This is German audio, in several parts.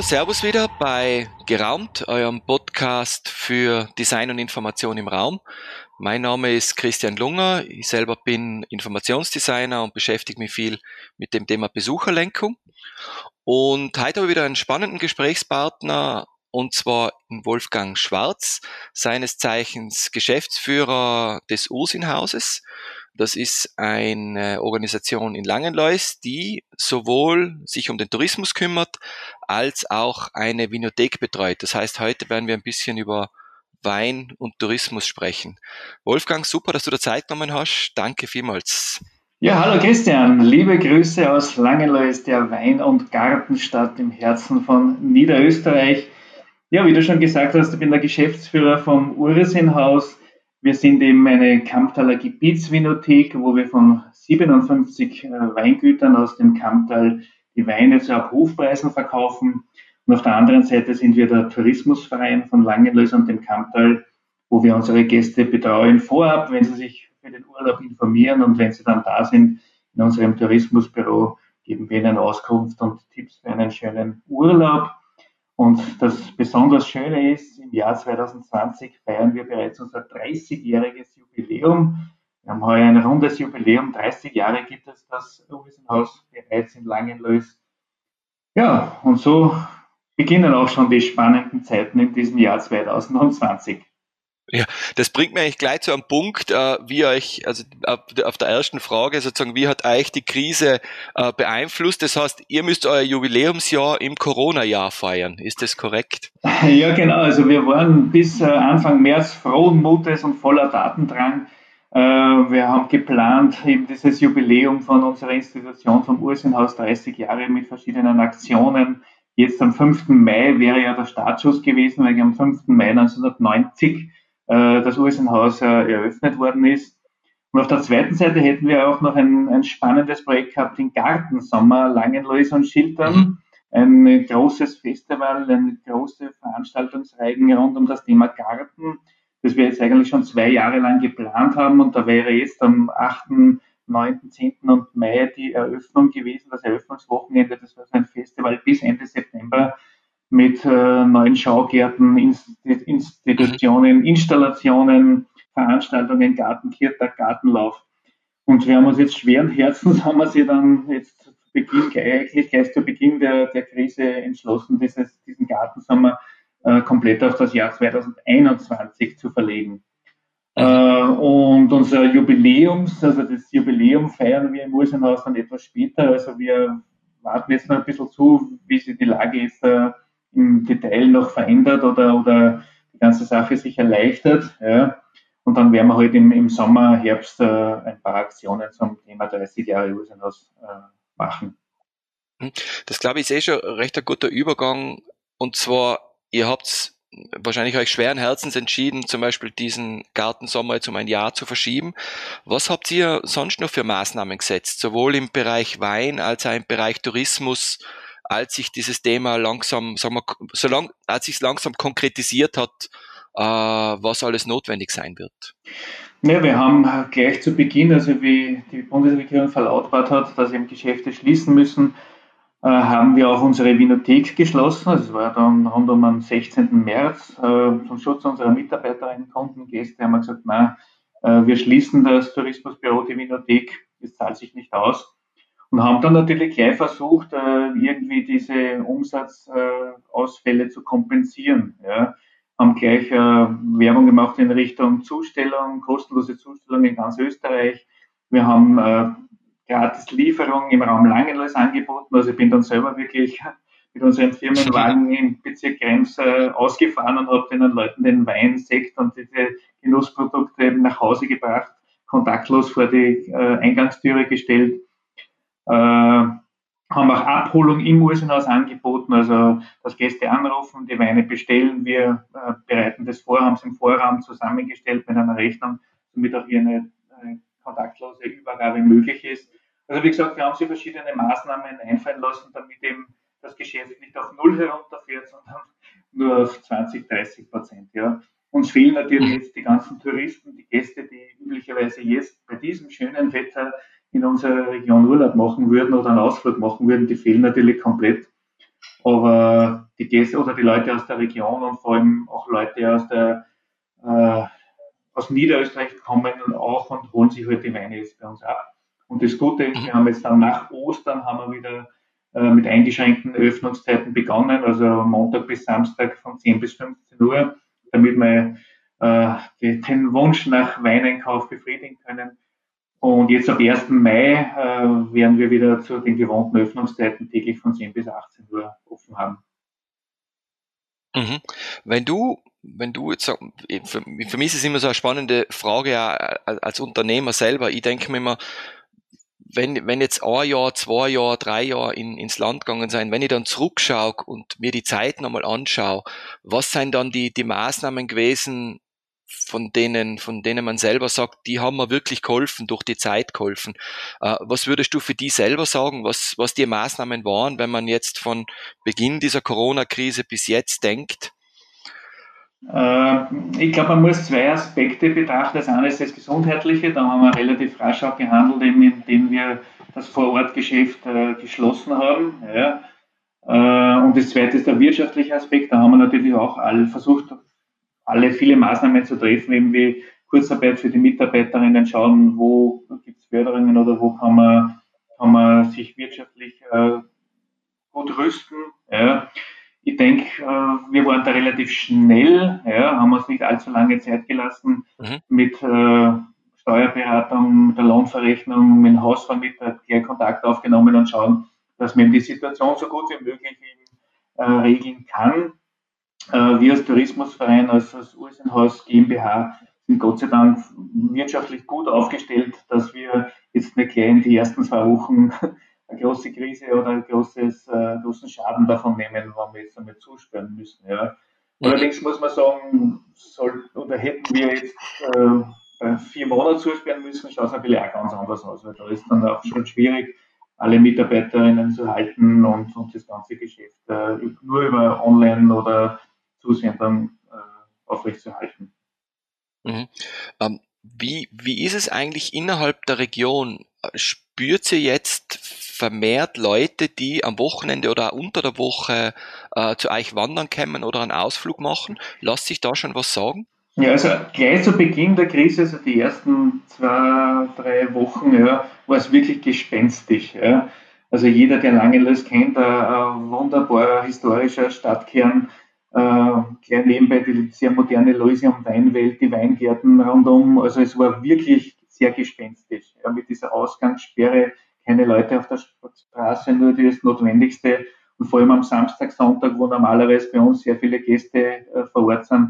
Servus wieder bei Geraumt, eurem Podcast für Design und Information im Raum. Mein Name ist Christian Lunger, ich selber bin Informationsdesigner und beschäftige mich viel mit dem Thema Besucherlenkung. Und heute habe ich wieder einen spannenden Gesprächspartner, und zwar Wolfgang Schwarz, seines Zeichens Geschäftsführer des Ursin-Hauses. Das ist eine Organisation in Langenlois, die sowohl sich um den Tourismus kümmert, als auch eine Vinothek betreut. Das heißt, heute werden wir ein bisschen über Wein und Tourismus sprechen. Wolfgang, super, dass du da Zeit genommen hast. Danke vielmals. Ja, hallo Christian, liebe Grüße aus Langenlois, der Wein- und Gartenstadt im Herzen von Niederösterreich. Ja, wie du schon gesagt hast, ich bin der Geschäftsführer vom Ursin-Haus. Wir sind eben eine Kamptaler Gebietsvinothek, wo wir von 57 Weingütern aus dem Kamptal die Weine zu Abrufpreisen verkaufen. Und auf der anderen Seite sind wir der Tourismusverein von Langenlois und dem Kamptal, wo wir unsere Gäste betreuen vorab, wenn sie sich für den Urlaub informieren, und wenn sie dann da sind in unserem Tourismusbüro, geben wir ihnen Auskunft und Tipps für einen schönen Urlaub. Und das besonders Schöne ist, im Jahr 2020 feiern wir bereits unser 30-jähriges Jubiläum. Wir haben heuer ein rundes Jubiläum. 30 Jahre gibt es das Ursin-Haus bereits in Langenlois. Ja, und so beginnen auch schon die spannenden Zeiten in diesem Jahr 2020. Ja, das bringt mir eigentlich gleich zu einem Punkt, wie euch, also auf der ersten Frage sozusagen, wie hat euch die Krise beeinflusst? Das heißt, ihr müsst euer Jubiläumsjahr im Corona-Jahr feiern. Ist das korrekt? Ja, genau. Also wir waren bis Anfang März frohen Mutes und voller Tatendrang. Wir haben geplant, eben dieses Jubiläum von unserer Institution vom Ursin-Haus 30 Jahre mit verschiedenen Aktionen. Jetzt am 5. Mai wäre ja der Startschuss gewesen, weil am 5. Mai 1990 das Ursin-Haus eröffnet worden ist. Und auf der zweiten Seite hätten wir auch noch ein spannendes Projekt gehabt, den Gartensommer Langenlois und Schiltern. Ein großes Festival, eine große Veranstaltungsreihe rund um das Thema Garten, das wir jetzt eigentlich schon 2 Jahre lang geplant haben. Und da wäre jetzt am 8., 9., 10. und Mai die Eröffnung gewesen, das Eröffnungswochenende. Das war so ein Festival bis Ende September mit neuen Schaugärten, Institutionen, Installationen, Veranstaltungen, Gartenkirtag, Gartenlauf. Und wir haben uns jetzt schweren Herzens, haben wir sie dann jetzt zu Beginn, gleich zu Beginn der Krise entschlossen, diesen Gartensommer komplett auf das Jahr 2021 zu verlegen. Und unser das Jubiläum feiern wir im Ursin-Haus dann etwas später. Also wir warten jetzt noch ein bisschen zu, wie sich die Lage jetzt im Detail noch verändert oder die ganze Sache sich erleichtert. Ja. Und dann werden wir halt im Sommer, Herbst ein paar Aktionen zum Thema 30 Jahre Ursin-Haus machen. Das glaube ich ist schon recht ein guter Übergang. Und zwar, ihr habt wahrscheinlich euch schweren Herzens entschieden, zum Beispiel diesen Gartensommer jetzt um ein Jahr zu verschieben. Was habt ihr sonst noch für Maßnahmen gesetzt, sowohl im Bereich Wein als auch im Bereich Tourismus, als sich dieses Thema langsam, als sich langsam konkretisiert hat, was alles notwendig sein wird? Ja, wir haben gleich zu Beginn, also wie die Bundesregierung verlautbart hat, dass eben Geschäfte schließen müssen, haben wir auch unsere Vinothek geschlossen. Also es war dann rund um den 16. März. Zum Schutz unserer Mitarbeiterinnen, Kunden, Gäste haben wir gesagt, nein, wir schließen das Tourismusbüro, die Vinothek, das zahlt sich nicht aus. Und haben dann natürlich gleich versucht, irgendwie diese Umsatzausfälle zu kompensieren. Ja. Haben gleich Werbung gemacht in Richtung Zustellung, kostenlose Zustellung in ganz Österreich. Wir haben gratis Lieferung im Raum Langenlois angeboten. Also ich bin dann selber wirklich mit unserem Firmenwagen im Bezirk Krems ausgefahren und habe den Leuten den Wein, Sekt und diese Genussprodukte eben nach Hause gebracht, kontaktlos vor die Eingangstüre gestellt. Haben auch Abholung im Ursin-Haus angeboten, also dass Gäste anrufen, die Weine bestellen. Wir bereiten das vor, haben es im Vorraum zusammengestellt mit einer Rechnung, damit auch hier eine kontaktlose Übergabe möglich ist. Also wie gesagt, wir haben sich verschiedene Maßnahmen einfallen lassen, damit eben das Geschäft nicht auf Null herunterfährt, sondern nur auf 20-30%. Ja. Uns fehlen natürlich jetzt die ganzen Touristen, die Gäste, die üblicherweise jetzt bei diesem schönen Wetter in unserer Region Urlaub machen würden oder einen Ausflug machen würden, die fehlen natürlich komplett. Aber die Gäste oder die Leute aus der Region und vor allem auch Leute äh, aus Niederösterreich kommen auch und holen sich halt die Weine jetzt bei uns ab. Und das Gute ist, Mhm. wir haben jetzt dann nach Ostern haben wir wieder mit eingeschränkten Öffnungszeiten begonnen, also Montag bis Samstag von 10 bis 15 Uhr, damit wir den Wunsch nach Weineinkauf befriedigen können. Und jetzt ab 1. Mai werden wir wieder zu den gewohnten Öffnungszeiten täglich von 10 bis 18 Uhr offen haben. Mhm. Wenn du jetzt für mich ist es immer so eine spannende Frage ja, als Unternehmer selber. Ich denke mir immer, wenn jetzt ein Jahr, 2 Jahre, 3 Jahre ins Land gegangen sein, wenn ich dann zurückschaue und mir die Zeit nochmal anschaue, was sind dann die Maßnahmen gewesen, von denen man selber sagt, die haben mir wirklich geholfen, durch die Zeit geholfen. Was würdest du für die selber sagen, was die Maßnahmen waren, wenn man jetzt von Beginn dieser Corona-Krise bis jetzt denkt? Ich glaube, man muss zwei Aspekte betrachten. Das eine ist das Gesundheitliche, da haben wir relativ rasch auch gehandelt, indem wir das Vorortgeschäft geschlossen haben. Ja. Und das zweite ist der wirtschaftliche Aspekt. Da haben wir natürlich auch versucht, viele Maßnahmen zu treffen, eben wie Kurzarbeit für die Mitarbeiterinnen, schauen, wo gibt es Förderungen oder wo kann man sich wirtschaftlich gut rüsten. Ja. Ich denke, wir waren da relativ schnell, ja, haben uns nicht allzu lange Zeit gelassen Mhm. mit Steuerberatung, der Lohnverrechnung, mit dem Hausvermieter gleich Kontakt aufgenommen und schauen, dass man die Situation so gut wie möglich regeln kann. Wir als Tourismusverein, als Ursenhaus GmbH sind Gott sei Dank wirtschaftlich gut aufgestellt, dass wir jetzt nicht gleich in die ersten 2 Wochen eine große Krise oder einen großen Schaden davon nehmen, wenn wir jetzt einmal zusperren müssen. Ja. Mhm. Allerdings muss man sagen, hätten wir jetzt 4 Monate zusperren müssen, schaut es natürlich auch ganz anders aus, weil da ist dann auch schon schwierig, alle Mitarbeiterinnen zu halten und das ganze Geschäft nur über Online oder Zusendern aufrechtzuerhalten. Mhm. Wie ist es eigentlich innerhalb der Region? Spürt ihr jetzt vermehrt Leute, die am Wochenende oder auch unter der Woche zu euch wandern kommen oder einen Ausflug machen? Lasst sich da schon was sagen? Ja, also gleich zu Beginn der Krise, also die ersten 2, 3 Wochen, ja, war es wirklich gespenstisch. Ja. Also jeder, der Langenlois kennt, ein wunderbarer historischer Stadtkern, gleich nebenbei die sehr moderne Loisium Weinwelt, die Weingärten rundum. Also es war wirklich sehr gespenstisch. Ja, mit dieser Ausgangssperre, keine Leute auf der Straße, nur das Notwendigste. Und vor allem am Samstag, Sonntag, wo normalerweise bei uns sehr viele Gäste vor Ort sind,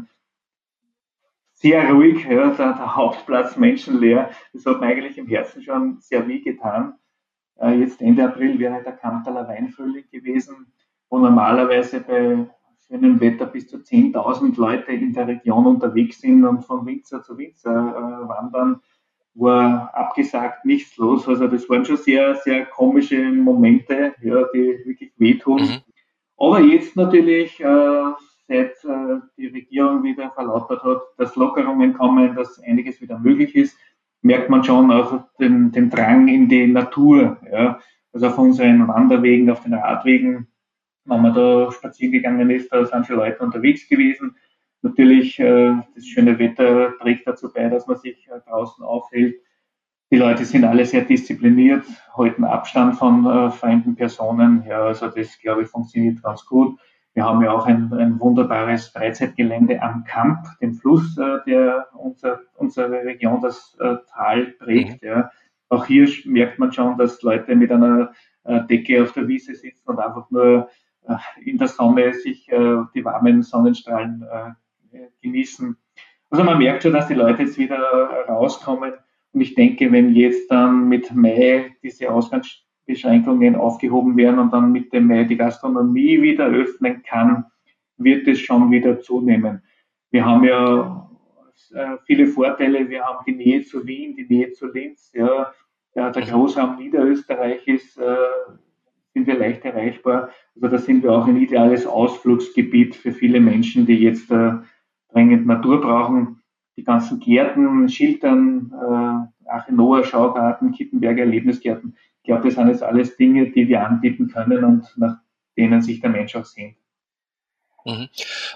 sehr ruhig, ja, der Hauptplatz menschenleer. Das hat mir eigentlich im Herzen schon sehr weh getan. Jetzt Ende April wäre der Kantaler Weinfrühling gewesen, wo normalerweise bei schönem Wetter bis zu 10.000 Leute in der Region unterwegs sind und von Winzer zu Winzer wandern, war abgesagt, nichts los. Also das waren schon sehr, sehr komische Momente, ja, die wirklich wehtun. Mhm. Aber jetzt natürlich, seit die Regierung wieder verlautbart hat, dass Lockerungen kommen, dass einiges wieder möglich ist, merkt man schon auch den Drang in die Natur. Ja. Also auf unseren Wanderwegen, auf den Radwegen, wenn man da spazieren gegangen ist, da sind schon Leute unterwegs gewesen. Natürlich, das schöne Wetter trägt dazu bei, dass man sich draußen aufhält. Die Leute sind alle sehr diszipliniert, halten Abstand von fremden Personen. Ja, also das, glaube ich, funktioniert ganz gut. Wir haben ja auch ein wunderbares Freizeitgelände am Kamp, dem Fluss, der unsere Region, das Tal Mhm. prägt. Ja. Auch hier merkt man schon, dass Leute mit einer Decke auf der Wiese sitzen und einfach nur in der Sonne sich die warmen Sonnenstrahlen genießen. Also man merkt schon, dass die Leute jetzt wieder rauskommen. Und ich denke, wenn jetzt dann mit Mai diese Ausgangsbeschränkungen aufgehoben werden und dann mit dem Mai die Gastronomie wieder öffnen kann, wird es schon wieder zunehmen. Wir haben ja viele Vorteile. Wir haben die Nähe zu Wien, die Nähe zu Linz. Ja. Ja, der Mhm. Großraum Niederösterreich sind wir leicht erreichbar. Also da sind wir auch ein ideales Ausflugsgebiet für viele Menschen, die jetzt dringend Natur brauchen. Die ganzen Gärten, Schiltern, Achenoa Schaugarten, Kittenberger Erlebnisgärten. Ich glaube, das sind jetzt alles Dinge, die wir anbieten können und nach denen sich der Mensch auch sehnt. Mhm.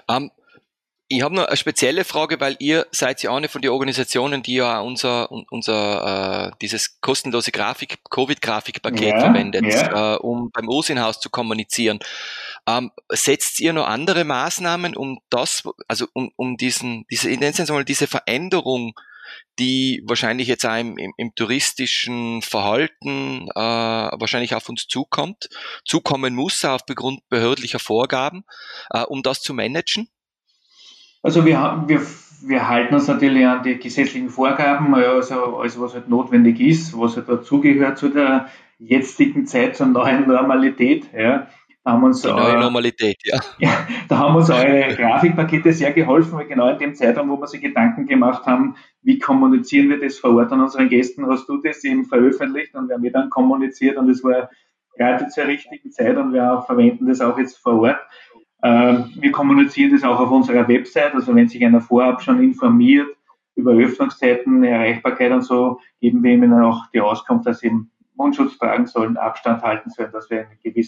Ich habe noch eine spezielle Frage, weil ihr seid ja eine von den Organisationen, die ja unser dieses kostenlose Covid-Grafikpaket verwendet, um beim OSINT-Haus zu kommunizieren. Setzt ihr noch andere Maßnahmen, um das, also um diese Veränderung, die wahrscheinlich jetzt auch im touristischen Verhalten wahrscheinlich auf uns zukommen muss, aufgrund behördlicher Vorgaben, um das zu managen? Also wir halten uns natürlich an die gesetzlichen Vorgaben, also alles, was halt notwendig ist, was halt dazugehört zu der jetzigen Zeit, zur neuen Normalität. Ja. Da haben uns, die neue Normalität, ja. Ja, da haben uns eure Grafikpakete sehr geholfen, weil genau in dem Zeitraum, wo wir sich Gedanken gemacht haben, wie kommunizieren wir das vor Ort an unseren Gästen, hast du das eben veröffentlicht und wir haben dann kommuniziert und es war gerade zur richtigen Zeit und wir verwenden das auch jetzt vor Ort. Wir kommunizieren das auch auf unserer Website, also wenn sich einer vorab schon informiert über Öffnungszeiten, Erreichbarkeit und so, geben wir ihm dann auch die Auskunft, dass sie eben Mundschutz tragen sollen, Abstand halten sollen, dass wir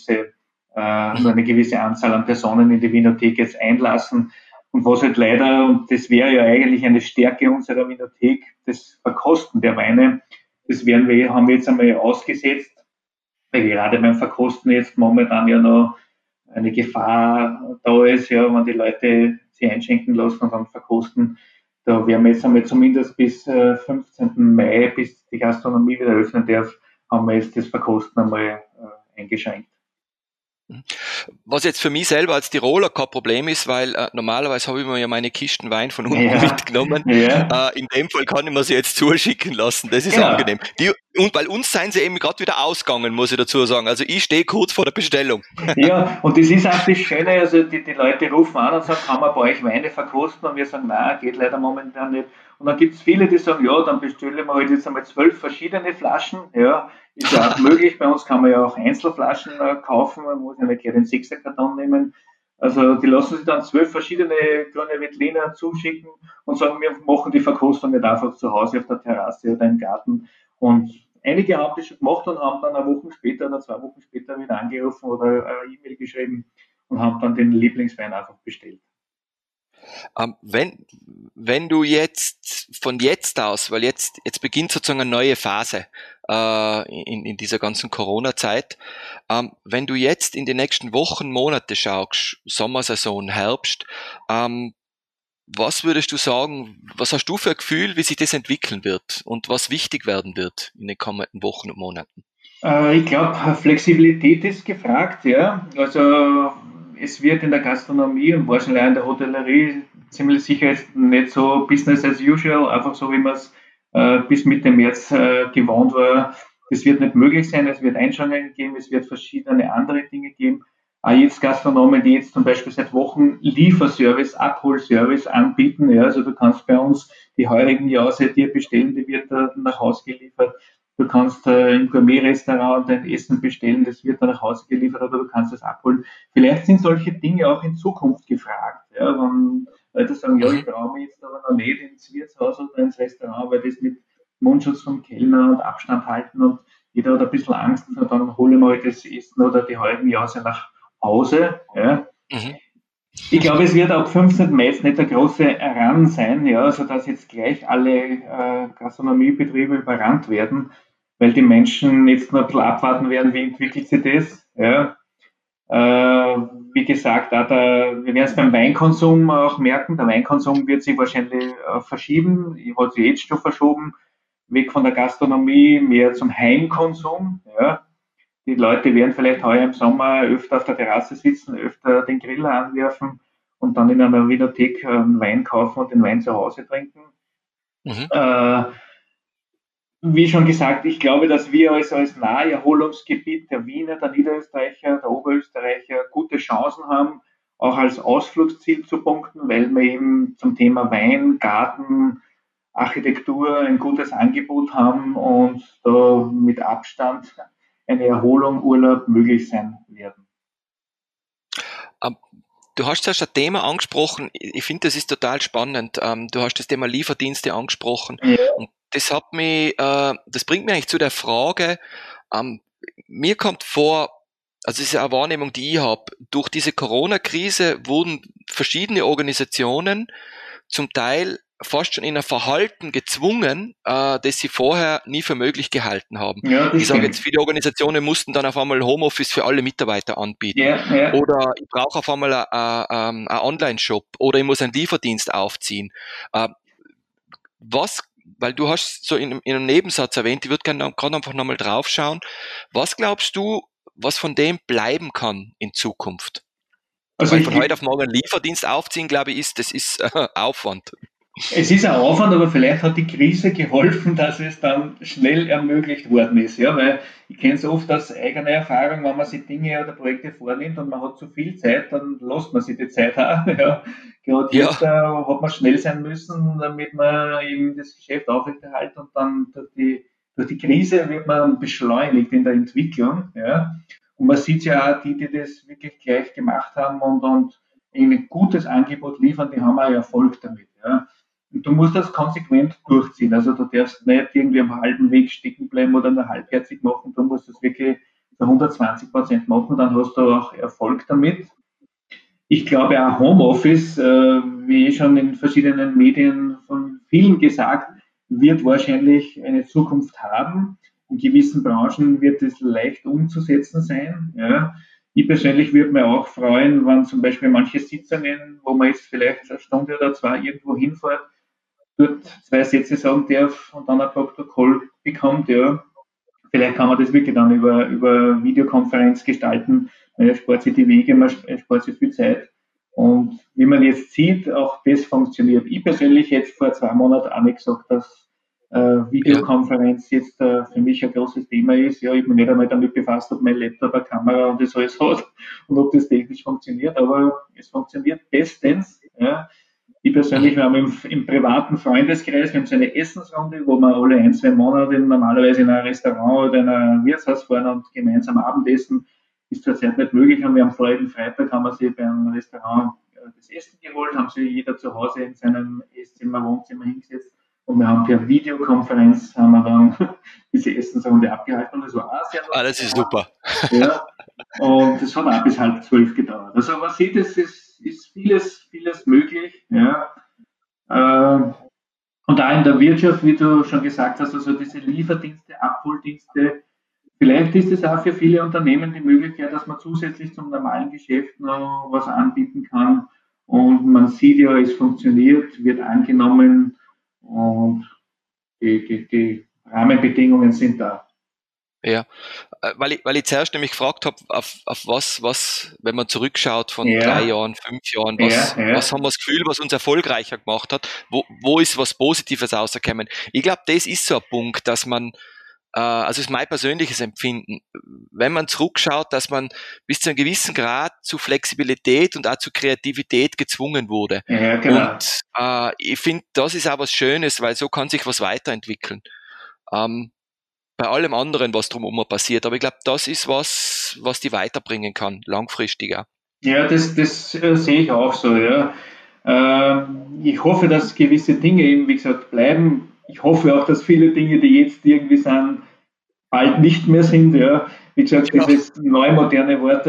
nur eine gewisse Anzahl an Personen in die Winothek jetzt einlassen. Und was halt leider, und das wäre ja eigentlich eine Stärke unserer Winothek, das Verkosten der Weine, haben wir jetzt einmal ausgesetzt, weil gerade beim Verkosten jetzt momentan ja noch eine Gefahr da ist, ja, wenn die Leute sie einschenken lassen und dann verkosten. Da werden wir jetzt einmal zumindest bis 15. Mai, bis die Gastronomie wieder öffnen darf, haben wir jetzt das Verkosten einmal eingeschränkt. Was jetzt für mich selber als Tiroler kein Problem ist, weil normalerweise habe ich mir ja meine Kisten Wein von unten mitgenommen. Ja. In dem Fall kann ich mir sie jetzt zuschicken lassen. Das ist angenehm. Und bei uns seien sie eben gerade wieder ausgegangen, muss ich dazu sagen. Also ich stehe kurz vor der Bestellung. Ja, und das ist auch das Schöne, also die Leute rufen an und sagen, kann man bei euch Weine verkosten? Und wir sagen, nein, geht leider momentan nicht. Und dann gibt es viele, die sagen, ja, dann bestelle ich mir halt jetzt einmal 12 verschiedene Flaschen. Ja, ist ja auch möglich. Bei uns kann man ja auch Einzelflaschen kaufen. Man muss ja nicht gleich den 6er-Karton nehmen. Also die lassen sich dann 12 verschiedene kleine Veltliner zuschicken und sagen, wir machen die Verkostung nicht einfach zu Hause auf der Terrasse oder im Garten. Und einige haben das schon gemacht und haben dann eine Woche später oder 2 Wochen später wieder angerufen oder eine E-Mail geschrieben und haben dann den Lieblingswein einfach bestellt. Wenn du jetzt von jetzt aus, weil jetzt beginnt sozusagen eine neue Phase in dieser ganzen Corona-Zeit, wenn du jetzt in die nächsten Wochen, Monate schaust, Sommersaison, Herbst, was würdest du sagen, was hast du für ein Gefühl, wie sich das entwickeln wird und was wichtig werden wird in den kommenden Wochen und Monaten? Ich glaube, Flexibilität ist gefragt, ja. Also es wird in der Gastronomie und wahrscheinlich auch in der Hotellerie ziemlich sicher jetzt nicht so Business as usual, einfach so wie man es bis Mitte März gewohnt war. Das wird nicht möglich sein, es wird Einschränkungen geben, es wird verschiedene andere Dinge geben. Auch jetzt Gastronomen, die jetzt zum Beispiel seit Wochen Lieferservice, Abholservice anbieten. Ja, also du kannst bei uns die heurigen Jause dir bestellen, die wird nach Hause geliefert. Du kannst im Gourmet-Restaurant dein Essen bestellen, das wird dann nach Hause geliefert oder du kannst es abholen. Vielleicht sind solche Dinge auch in Zukunft gefragt. Ja, wenn Leute sagen, ja, ich traue mich jetzt aber noch nicht ins Wirtshaus oder ins Restaurant, weil das mit Mundschutz vom Kellner und Abstand halten und jeder hat ein bisschen Angst, und dann hole ich mal das Essen oder die halben Jahre nach Hause. Ja. Ich glaube, es wird ab 15. Mai jetzt nicht der große Run sein, ja, also dass jetzt gleich alle Gastronomiebetriebe überrannt werden, weil die Menschen jetzt noch ein bisschen abwarten werden, wie entwickelt sich das. Ja. Wie gesagt, wir werden es beim Weinkonsum auch merken. Der Weinkonsum wird sich wahrscheinlich verschieben. Hat sich jetzt schon verschoben, weg von der Gastronomie, mehr zum Heimkonsum. Ja. Die Leute werden vielleicht heuer im Sommer öfter auf der Terrasse sitzen, öfter den Grill anwerfen und dann in einer Winothek einen Wein kaufen und den Wein zu Hause trinken. Wie schon gesagt, ich glaube, dass wir als Naherholungsgebiet der Wiener, der Niederösterreicher, der Oberösterreicher gute Chancen haben, auch als Ausflugsziel zu punkten, weil wir eben zum Thema Wein, Garten, Architektur ein gutes Angebot haben und da mit Abstand eine Erholung, Urlaub möglich sein werden. Du hast zuerst ein Thema angesprochen, ich finde, das ist total spannend. Du hast das Thema Lieferdienste angesprochen. Ja. Und das das bringt mich eigentlich zu der Frage, mir kommt vor, also das ist eine Wahrnehmung, die ich habe, durch diese Corona-Krise wurden verschiedene Organisationen zum Teil fast schon in ein Verhalten gezwungen, das sie vorher nie für möglich gehalten haben. Ja, das Ich sage stimmt. jetzt, viele Organisationen mussten dann auf einmal Homeoffice für alle Mitarbeiter anbieten. Ja, ja. Oder ich brauche auf einmal einen Online-Shop oder ich muss einen Lieferdienst aufziehen. Äh, was, weil du hast so in einem Nebensatz erwähnt, ich würde gerne gerade einfach nochmal drauf schauen. Was glaubst du, was von dem bleiben kann in Zukunft? Also Weil von heute auf morgen einen Lieferdienst aufziehen, glaube ich, das ist Aufwand. es ist ein Aufwand, aber vielleicht hat die Krise geholfen, dass es dann schnell ermöglicht worden ist. Ja, weil ich kenne es oft aus eigener Erfahrung, wenn man sich Dinge oder Projekte vornimmt und man hat zu viel Zeit, dann lässt man sich die Zeit auch. Ja. Gerade Ja, jetzt hat man schnell sein müssen, damit man eben das Geschäft aufrechterhält und dann durch die Krise wird man beschleunigt in der Entwicklung. Ja. Und man sieht ja auch, die das wirklich gleich gemacht haben und ein gutes Angebot liefern, die haben auch Erfolg damit. Ja. Und du musst das konsequent durchziehen. Also du darfst nicht irgendwie am halben Weg stecken bleiben oder nur halbherzig machen. Du musst das wirklich zu 120% machen, dann hast du auch Erfolg damit. Ich glaube auch Homeoffice, wie schon in verschiedenen Medien von vielen gesagt, wird wahrscheinlich eine Zukunft haben. In gewissen Branchen wird es leicht umzusetzen sein. Ja. Ich persönlich würde mir auch freuen, wenn zum Beispiel manche Sitzungen, wo man jetzt vielleicht eine Stunde oder zwei irgendwo hinfährt, dort zwei Sätze sagen darf und dann ein Protokoll bekommt, ja. Vielleicht kann man das wirklich dann über Videokonferenz gestalten. Man spart sich die Wege, man spart sich viel Zeit. Und wie man jetzt sieht, auch das funktioniert. Ich persönlich hätte vor 2 Monaten auch nicht gesagt, dass ja. Videokonferenz jetzt für mich ein großes Thema ist. Ja, ich bin nicht einmal damit befasst, ob mein Laptop eine Kamera und das alles hat und ob das technisch funktioniert, aber es funktioniert bestens. Ja. Ich persönlich, Mhm. wir haben im privaten Freundeskreis, wir haben so eine Essensrunde, wo wir alle 1, 2 Monate normalerweise in ein Restaurant oder in ein Wirtshaus fahren und gemeinsam Abendessen. Ist zurzeit nicht möglich und wir haben vorigen Freitag haben wir sie beim Restaurant das Essen geholt, haben sie jeder zu Hause in seinem Esszimmer, Wohnzimmer hingesetzt und wir haben per Videokonferenz haben wir dann diese Essensrunde abgehalten und das war auch sehr Ah, das lustig. ist super. Ja, und das hat auch bis halb 12 gedauert. Also man sieht, es ist vieles möglich. Ja. Und da in der Wirtschaft, wie du schon gesagt hast, also diese Lieferdienste, Abholdienste, vielleicht ist es auch für viele Unternehmen die Möglichkeit, dass man zusätzlich zum normalen Geschäft noch was anbieten kann. Und man sieht ja, es funktioniert, wird angenommen und die Rahmenbedingungen sind da. Ja, weil ich zuerst nämlich gefragt habe, auf was, wenn man zurückschaut von 3 Jahren, 5 Jahren, Ja, was ja. haben wir das Gefühl, was uns erfolgreicher gemacht hat? Wo ist was Positives rausgekommen? Ich glaube, das ist so ein Punkt, dass man, also ist mein persönliches Empfinden, wenn man zurückschaut, dass man bis zu einem gewissen Grad zu Flexibilität und auch zu Kreativität gezwungen wurde. Ja, genau. Und ich finde, das ist auch was Schönes, weil so kann sich was weiterentwickeln. Ähm, bei allem anderen, was drumherum passiert. Aber ich glaube, das ist was die weiterbringen kann, langfristig auch. Ja, das sehe ich auch so, ja. Ich hoffe, dass gewisse Dinge eben, wie gesagt, bleiben. Ich hoffe auch, dass viele Dinge, die jetzt irgendwie sind, bald nicht mehr sind, ja. Wie gesagt, Ja, dieses neu moderne Wort,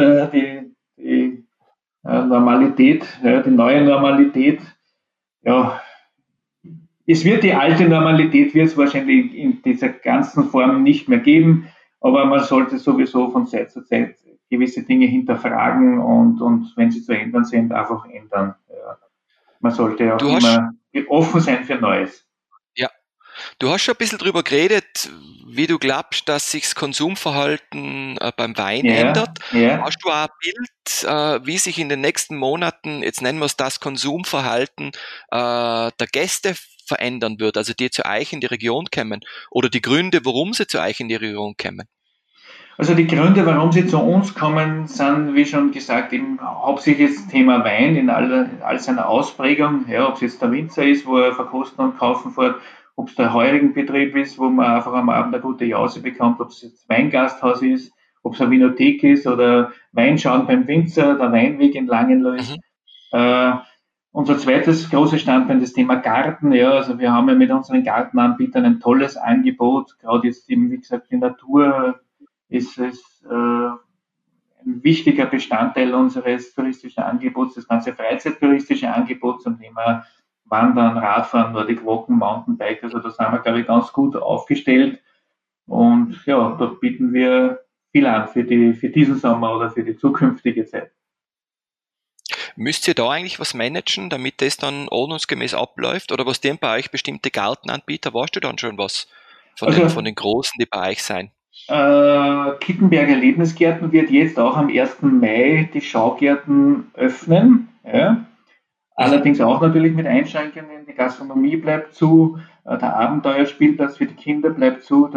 die Normalität, ja, die neue Normalität, ja, es wird die alte Normalität wird es wahrscheinlich in dieser ganzen Form nicht mehr geben, aber man sollte sowieso von Zeit zu Zeit gewisse Dinge hinterfragen und wenn sie zu ändern sind, einfach ändern. Ja. Man sollte auch du hast, immer offen sein für Neues. ja, du hast schon ein bisschen drüber geredet, wie du glaubst, dass sich das Konsumverhalten beim Wein Ja, ändert. ja. Hast du auch ein Bild, wie sich in den nächsten Monaten, jetzt nennen wir es das Konsumverhalten der Gäste verändern wird, also die zu euch in die Region kommen oder die Gründe, warum sie zu euch in die Region kommen? Also die Gründe, warum sie zu uns kommen, sind, wie schon gesagt, eben hauptsächlich das Thema Wein in all seiner Ausprägung. Ja, ob es jetzt der Winzer ist, wo er verkosten und kaufen fährt, ob es der Heurigenbetrieb ist, wo man einfach am Abend eine gute Jause bekommt, ob es jetzt Weingasthaus ist, ob es eine Winothek ist oder Weinschauen beim Winzer, der Weinweg in Langenloh ist. Mhm. Äh, unser zweites großes Standbein, das Thema Garten. Ja, also wir haben ja mit unseren Gartenanbietern ein tolles Angebot, gerade jetzt eben, wie gesagt, die Natur ist eine ein wichtiger Bestandteil unseres touristischen Angebots, das ganze freizeittouristische Angebot zum Thema Wandern, Radfahren, Nordic Walken, Mountainbike. Also da sind wir, glaube ich, ganz gut aufgestellt. Und ja, dort bieten wir viel an für diesen Sommer oder für die zukünftige Zeit. Müsst ihr da eigentlich was managen, damit das dann ordnungsgemäß abläuft? Oder was denn bei euch bestimmte Gartenanbieter? Weißt du dann schon was von den Großen, die bei euch sein? Kittenberger Erlebnisgärten wird jetzt auch am 1. Mai die Schaugärten öffnen. Ja. Allerdings auch natürlich mit Einschränkungen. Die Gastronomie bleibt zu, der Abenteuerspielplatz für die Kinder bleibt zu,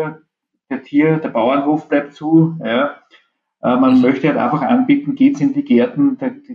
der Bauernhof bleibt zu. Ja. Man möchte halt einfach anbieten, geht's in die Gärten,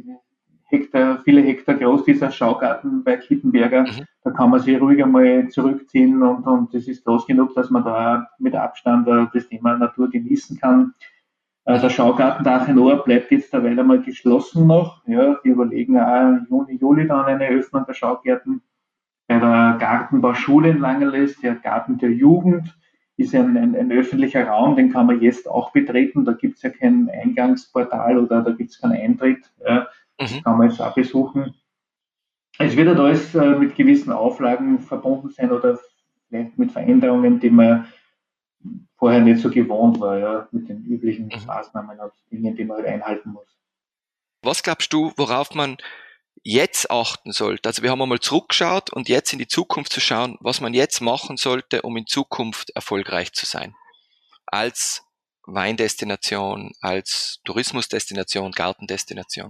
viele Hektar groß, dieser Schaugarten bei Kittenberger, da kann man sich ruhig einmal zurückziehen und das ist groß genug, dass man da mit Abstand das Thema Natur genießen kann. Der Schaugarten Dachenohr bleibt jetzt derweil einmal geschlossen noch. Ja, wir überlegen auch Juni, Juli dann eine Eröffnung der Schaugärten. Bei der Gartenbauschule in Langerles, der Garten der Jugend, ist ein öffentlicher Raum, den kann man jetzt auch betreten. Da gibt es ja kein Eingangsportal oder da gibt es keinen Eintritt. Ja, das kann man jetzt auch besuchen. Es wird halt alles mit gewissen Auflagen verbunden sein oder vielleicht mit Veränderungen, die man vorher nicht so gewohnt war, ja, mit den üblichen Maßnahmen und Dingen, die man halt einhalten muss. Was glaubst du, worauf man jetzt achten sollte? Also wir haben einmal zurückgeschaut und jetzt in die Zukunft zu schauen, was man jetzt machen sollte, um in Zukunft erfolgreich zu sein. Als Weindestination, als Tourismusdestination, Gartendestination.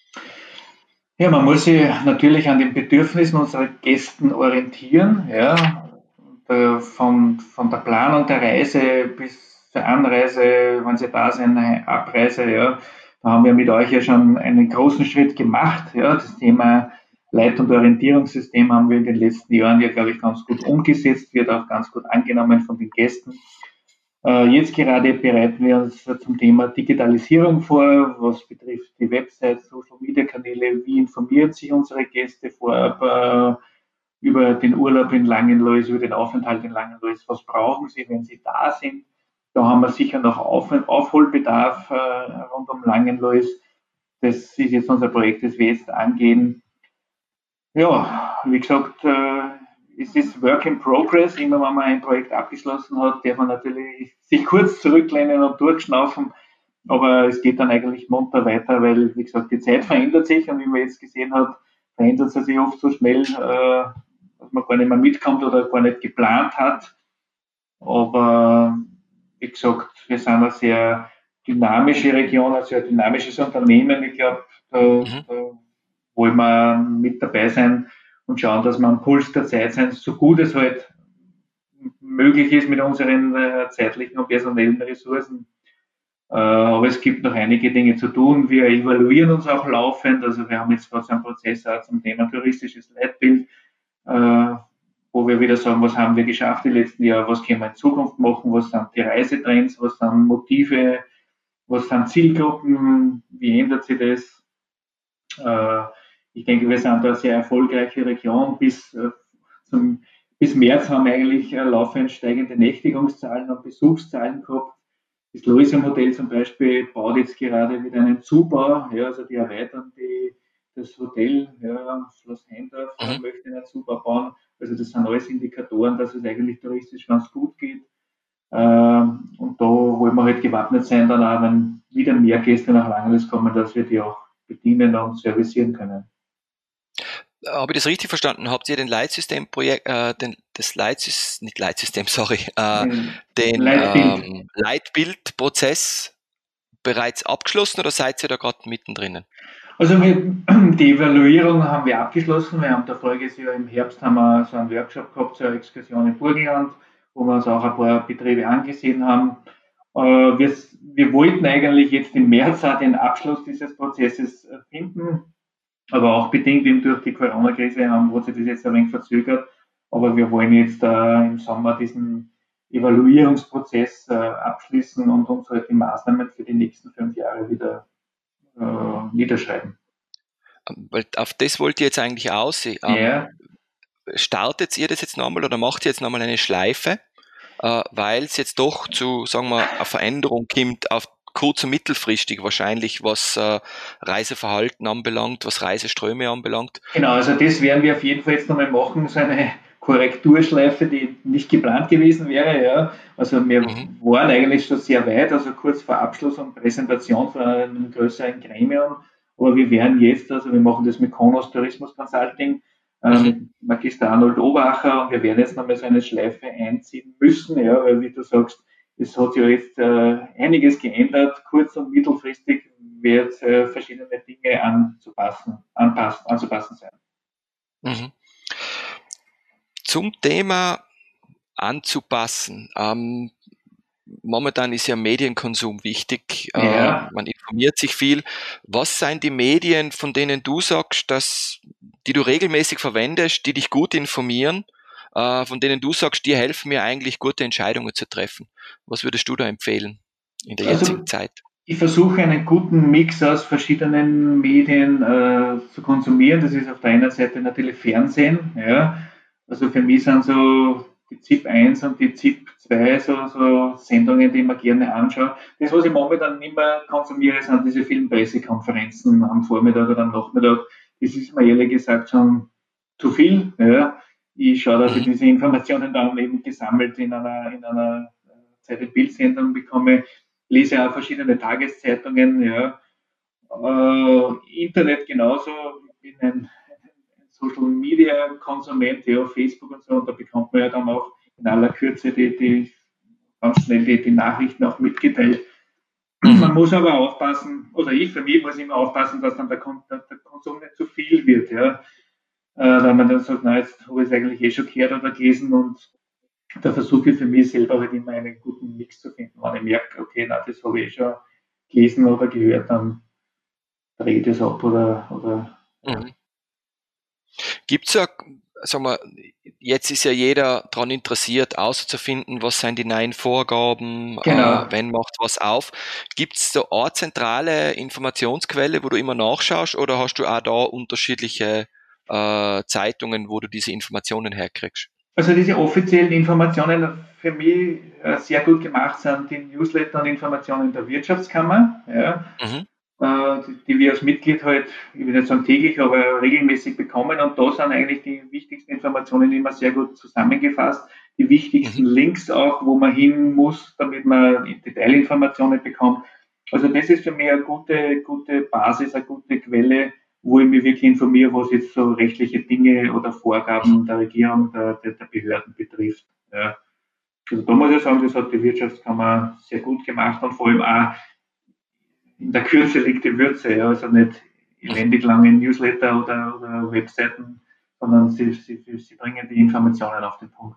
Ja, man muss sich natürlich an den Bedürfnissen unserer Gästen orientieren, ja. Von der Planung der Reise bis zur Anreise, wenn sie da sind, Abreise, ja. Da haben wir mit euch ja schon einen großen Schritt gemacht, ja. Das Thema Leit- und Orientierungssystem haben wir in den letzten Jahren ja, glaube ich, ganz gut umgesetzt, wird auch ganz gut angenommen von den Gästen. Jetzt gerade bereiten wir uns zum Thema Digitalisierung vor, was betrifft die Website, Social Media Kanäle, wie informieren sich unsere Gäste vorab über den Urlaub in Langenlois, über den Aufenthalt in Langenlois, was brauchen sie, wenn sie da sind. Da haben wir sicher noch Aufholbedarf rund um Langenlois. Das ist jetzt unser Projekt, das wir jetzt angehen. Ja, wie gesagt, es ist Work in Progress. Immer wenn man ein Projekt abgeschlossen hat, darf man natürlich sich kurz zurücklehnen und durchschnaufen. Aber es geht dann eigentlich munter weiter, weil, wie gesagt, die Zeit verändert sich und wie man jetzt gesehen hat, verändert sie sich oft so schnell, dass man gar nicht mehr mitkommt oder gar nicht geplant hat. Aber wie gesagt, wir sind eine sehr dynamische Region, ein sehr dynamisches Unternehmen. Ich glaube, da wollen wir mit dabei sein und schauen, dass wir am Puls der Zeit sind, so gut es halt möglich ist mit unseren zeitlichen und personellen Ressourcen. Aber es gibt noch einige Dinge zu tun. Wir evaluieren uns auch laufend. Also wir haben jetzt gerade so einen Prozess auch zum Thema touristisches Leitbild, wo wir wieder sagen, was haben wir geschafft die letzten Jahre, was können wir in Zukunft machen, was sind die Reisetrends, was sind Motive, was sind Zielgruppen, wie ändert sich das? Ich denke, wir sind da eine sehr erfolgreiche Region. Bis März haben wir eigentlich laufend steigende Nächtigungszahlen und Besuchszahlen gehabt. Das Loiser-Modell zum Beispiel baut jetzt gerade wieder einen Zubau, ja, also die erweitern das Hotel, ja, Schloss Heindorf möchte einen Zubau bauen. Also das sind alles Indikatoren, dass es eigentlich touristisch ganz gut geht. Und da wollen wir halt gewappnet sein, dann auch, wenn wieder mehr Gäste nach Langenlois kommen, dass wir die auch bedienen und servicieren können. Habe ich das richtig verstanden? Habt ihr den Leitsystemprojekt, den Leitbildprozess bereits abgeschlossen oder seid ihr da gerade mittendrin? Also die Evaluierung haben wir abgeschlossen. Wir haben da voriges Jahr im Herbst haben wir so einen Workshop gehabt zur Exkursion im Burgenland, wo wir uns auch ein paar Betriebe angesehen haben. Wir wollten eigentlich jetzt im März auch den Abschluss dieses Prozesses finden. Aber auch bedingt eben durch die Corona-Krise hat sich das jetzt ein wenig verzögert. Aber wir wollen jetzt im Sommer diesen Evaluierungsprozess abschließen und uns halt die Maßnahmen für die nächsten 5 Jahre wieder niederschreiben. Weil auf das wollt ihr jetzt eigentlich aus. Startet ihr das jetzt nochmal oder macht ihr jetzt nochmal eine Schleife, weil es jetzt doch zu, sagen wir, einer Veränderung kommt kurz- und mittelfristig wahrscheinlich, was Reiseverhalten anbelangt, was Reiseströme anbelangt. Genau, also das werden wir auf jeden Fall jetzt nochmal machen, so eine Korrekturschleife, die nicht geplant gewesen wäre. Ja. Also wir waren eigentlich schon sehr weit, also kurz vor Abschluss und Präsentation von einem größeren Gremium. Aber wir werden jetzt, also wir machen das mit Kronos Tourismus Consulting, mit Magister Arnold Obacher, und wir werden jetzt nochmal so eine Schleife einziehen müssen, ja, weil wie du sagst, es hat ja jetzt einiges geändert. Kurz- und mittelfristig wird verschiedene Dinge anzupassen sein. Mhm. Zum Thema anzupassen. Momentan ist ja Medienkonsum wichtig. Ja. Man informiert sich viel. Was sind die Medien, von denen du sagst, die du regelmäßig verwendest, die dich gut informieren, von denen du sagst, die helfen mir eigentlich, gute Entscheidungen zu treffen? Was würdest du da empfehlen in der jetzigen Zeit? Ich versuche einen guten Mix aus verschiedenen Medien zu konsumieren. Das ist auf der einen Seite natürlich Fernsehen. Ja. Also für mich sind so die ZIP 1 und die ZIP 2 so Sendungen, die ich mir gerne anschaue. Das, was ich momentan nicht mehr konsumiere, sind diese vielen Pressekonferenzen am Vormittag oder am Nachmittag. Das ist mir ehrlich gesagt schon zu viel. Ja. Ich schaue, dass ich diese Informationen dann eben gesammelt in einer Zeit- und Bildsendung bekomme, lese auch verschiedene Tageszeitungen, ja. Internet genauso. Ich bin ein Social Media Konsument, ja, Facebook und so, und da bekommt man ja dann auch in aller Kürze ganz schnell die Nachrichten auch mitgeteilt. Man muss aber aufpassen, oder für mich muss immer aufpassen, dass dann der Konsum nicht zu viel wird, ja. Weil man dann sagt, na, jetzt habe ich es eigentlich schon gehört oder gelesen, und da versuche ich für mich selber halt immer einen guten Mix zu finden. Wenn ich merke, okay, na, das habe ich schon gelesen oder gehört, dann drehe ich das ab oder Gibt es ja, sagen wir, jetzt ist ja jeder daran interessiert, auszufinden, was sind die neuen Vorgaben, genau. wenn macht was auf. Gibt es so eine zentrale Informationsquelle, wo du immer nachschaust, oder hast du auch da unterschiedliche Zeitungen, wo du diese Informationen herkriegst? Also diese offiziellen Informationen für mich sehr gut gemacht sind die Newsletter und Informationen der Wirtschaftskammer, ja, die wir als Mitglied halt, ich will nicht sagen täglich, aber regelmäßig bekommen, und da sind eigentlich die wichtigsten Informationen immer sehr gut zusammengefasst, die wichtigsten Links auch, wo man hin muss, damit man Detailinformationen bekommt. Also das ist für mich eine gute Basis, eine gute Quelle, wo ich mich wirklich informiere, was jetzt so rechtliche Dinge oder Vorgaben der Regierung, der Behörden betrifft. Ja. Also da muss ich sagen, das hat die Wirtschaftskammer sehr gut gemacht, und vor allem auch in der Kürze liegt die Würze. Ja. Also nicht elendig lange Newsletter oder Webseiten, sondern sie bringen die Informationen auf den Punkt.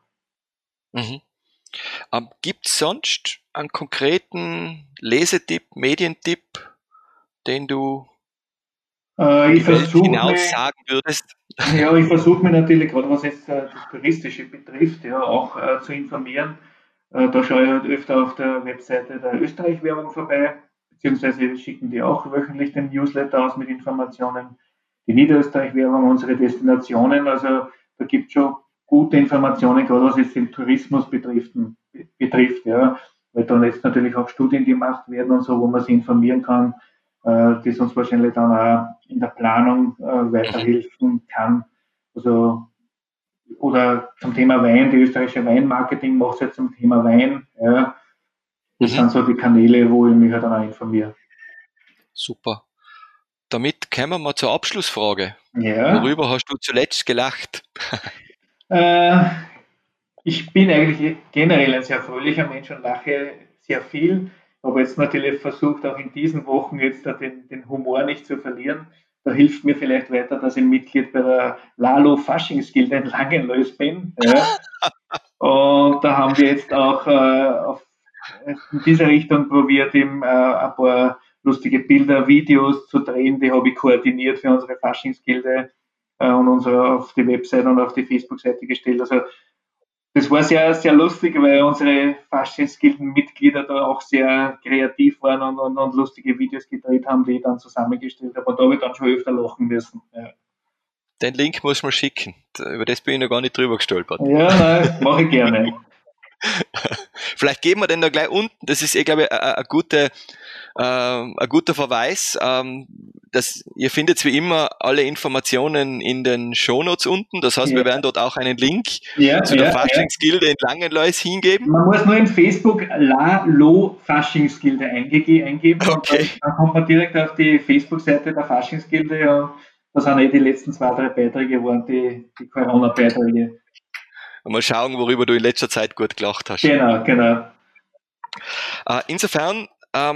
Gibt es sonst einen konkreten Lesetipp, Medientipp, den du in Ich die Welt versuche hinaus sagen würdest? Ja, ich versuche mich natürlich, gerade was jetzt das Touristische betrifft, ja, auch zu informieren. Da schaue ich halt öfter auf der Webseite der Österreich-Werbung vorbei, beziehungsweise schicken die auch wöchentlich den Newsletter aus mit Informationen. Die Niederösterreich-Werbung, unsere Destinationen, also da gibt es schon gute Informationen, gerade was jetzt den Tourismus betrifft, ja, weil dann jetzt natürlich auch Studien gemacht werden und so, wo man sich informieren kann, das uns wahrscheinlich dann auch in der Planung weiterhelfen kann. Also, oder zum Thema Wein, die österreichische Weinmarketing macht es halt zum Thema Wein. Ja. Das sind so die Kanäle, wo ich mich halt dann auch informiere. Super. Damit kommen wir zur Abschlussfrage. Ja. Worüber hast du zuletzt gelacht? Ich bin eigentlich generell ein sehr fröhlicher Mensch und lache sehr viel. Aber jetzt natürlich versucht, auch in diesen Wochen jetzt den Humor nicht zu verlieren. Da hilft mir vielleicht weiter, dass ich Mitglied bei der Lalo Faschingsgilde in Langenlois bin. Ja. Und da haben wir jetzt auch in dieser Richtung probiert, eben ein paar lustige Bilder, Videos zu drehen. Die habe ich koordiniert für unsere Faschingsgilde und unsere auf die Website und auf die Facebook-Seite gestellt. Also das war sehr, sehr lustig, weil unsere Faschingsgildenmitglieder da auch sehr kreativ waren und lustige Videos gedreht haben, die ich dann zusammengestellt habe. Und da habe ich dann schon öfter lachen müssen. Ja. Den Link muss man schicken. Über das bin ich noch gar nicht drüber gestolpert. Ja, nein, mache ich gerne. Vielleicht geben wir den da gleich unten, das ist, glaube ich, ein guter Verweis. Ihr findet wie immer alle Informationen in den Shownotes unten. Das heißt, wir werden dort auch einen Link zu der Faschingsgilde in Langenlois hingeben. Man muss nur in Facebook La-Lo Faschingsgilde eingeben okay. Und dann kommt man direkt auf die Facebook-Seite der Faschingsgilde und da sind die letzten 2-3 Beiträge waren die Corona-Beiträge. Mal schauen, worüber du in letzter Zeit gut gelacht hast. Genau. Insofern,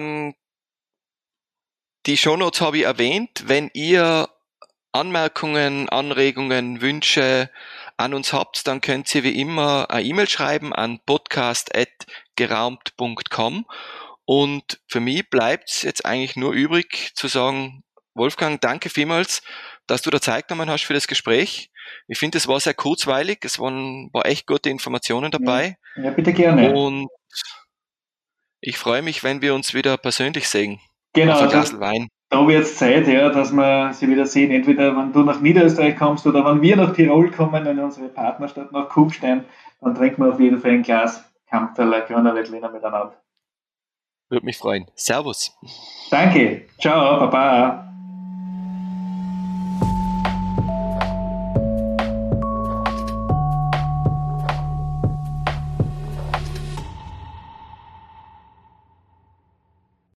die Shownotes habe ich erwähnt. Wenn ihr Anmerkungen, Anregungen, Wünsche an uns habt, dann könnt ihr wie immer eine E-Mail schreiben an podcast@geraumt.com. Und für mich bleibt es jetzt eigentlich nur übrig zu sagen, Wolfgang, danke vielmals, dass du da Zeit genommen hast für das Gespräch. Ich finde, es war sehr kurzweilig, es waren echt gute Informationen dabei. Ja, bitte gerne. Und ich freue mich, wenn wir uns wieder persönlich sehen. Genau. Auf ein Glas Wein. Da wird es Zeit, dass wir sie wieder sehen. Entweder wenn du nach Niederösterreich kommst oder wenn wir nach Tirol kommen, in unsere Partnerstadt nach Kufstein, dann trinken wir auf jeden Fall ein Glas Kamptaler Grüner Veltliner miteinander. Würde mich freuen. Servus. Danke. Ciao, Baba.